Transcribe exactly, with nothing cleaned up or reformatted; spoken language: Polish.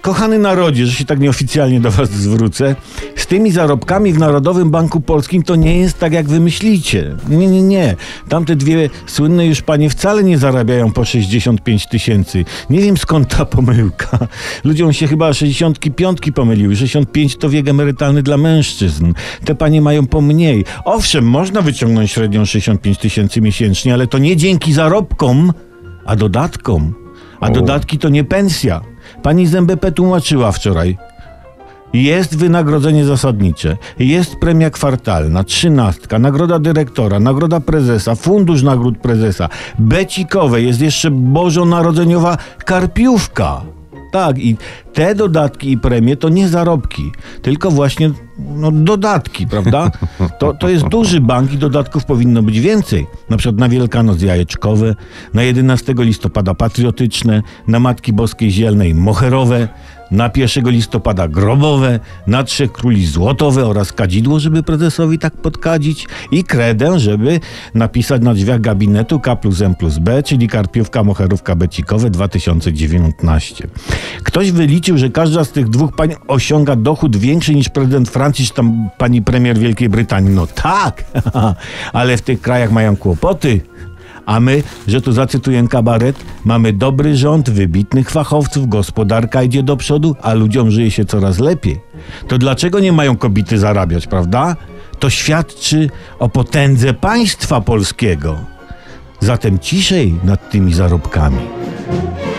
kochany narodzie, że się tak nieoficjalnie do was zwrócę, z tymi zarobkami w Narodowym Banku Polskim to nie jest tak, jak wy myślicie. Nie, nie, nie. Tamte dwie słynne już panie wcale nie zarabiają po sześćdziesiąt pięć tysięcy. Nie wiem, skąd ta pomyłka. Ludziom się chyba sześćdziesiątki piątki pomyliły. sześćdziesiąt pięć to wiek emerytalny dla mężczyzn. Te panie mają po mniej. Owszem, można wyciągnąć średnią sześćdziesiąt pięć tysięcy miesięcznie, ale to nie dzięki zarobkom, a dodatkom. A dodatki to nie pensja. Pani z M B P tłumaczyła wczoraj. Jest wynagrodzenie zasadnicze, jest premia kwartalna, trzynastka, nagroda dyrektora, nagroda prezesa, fundusz nagród prezesa, becikowe, jest jeszcze bożonarodzeniowa karpiówka. Tak, i te dodatki i premie to nie zarobki, tylko właśnie no, dodatki, prawda? To, to jest duży bank i dodatków powinno być więcej. Na przykład na Wielkanoc jajeczkowe, na jedenastego listopada patriotyczne, na Matki Boskiej Zielnej moherowe, na pierwszego listopada grobowe, na Trzech Króli złotowe oraz kadzidło, żeby prezesowi tak podkadzić i kredę, żeby napisać na drzwiach gabinetu K plus M plus B, czyli karpiówka, moherówka, becikowe dwa tysiące dziewiętnaście. Ktoś wyliczył, że każda z tych dwóch pań osiąga dochód większy niż prezydent Francji, czy tam pani premier Wielkiej Brytanii. No tak, ale w tych krajach mają kłopoty. A my, że tu zacytuję kabaret, mamy dobry rząd, wybitnych fachowców, gospodarka idzie do przodu, a ludziom żyje się coraz lepiej. To dlaczego nie mają kobiety zarabiać, prawda? To świadczy o potędze państwa polskiego. Zatem ciszej nad tymi zarobkami.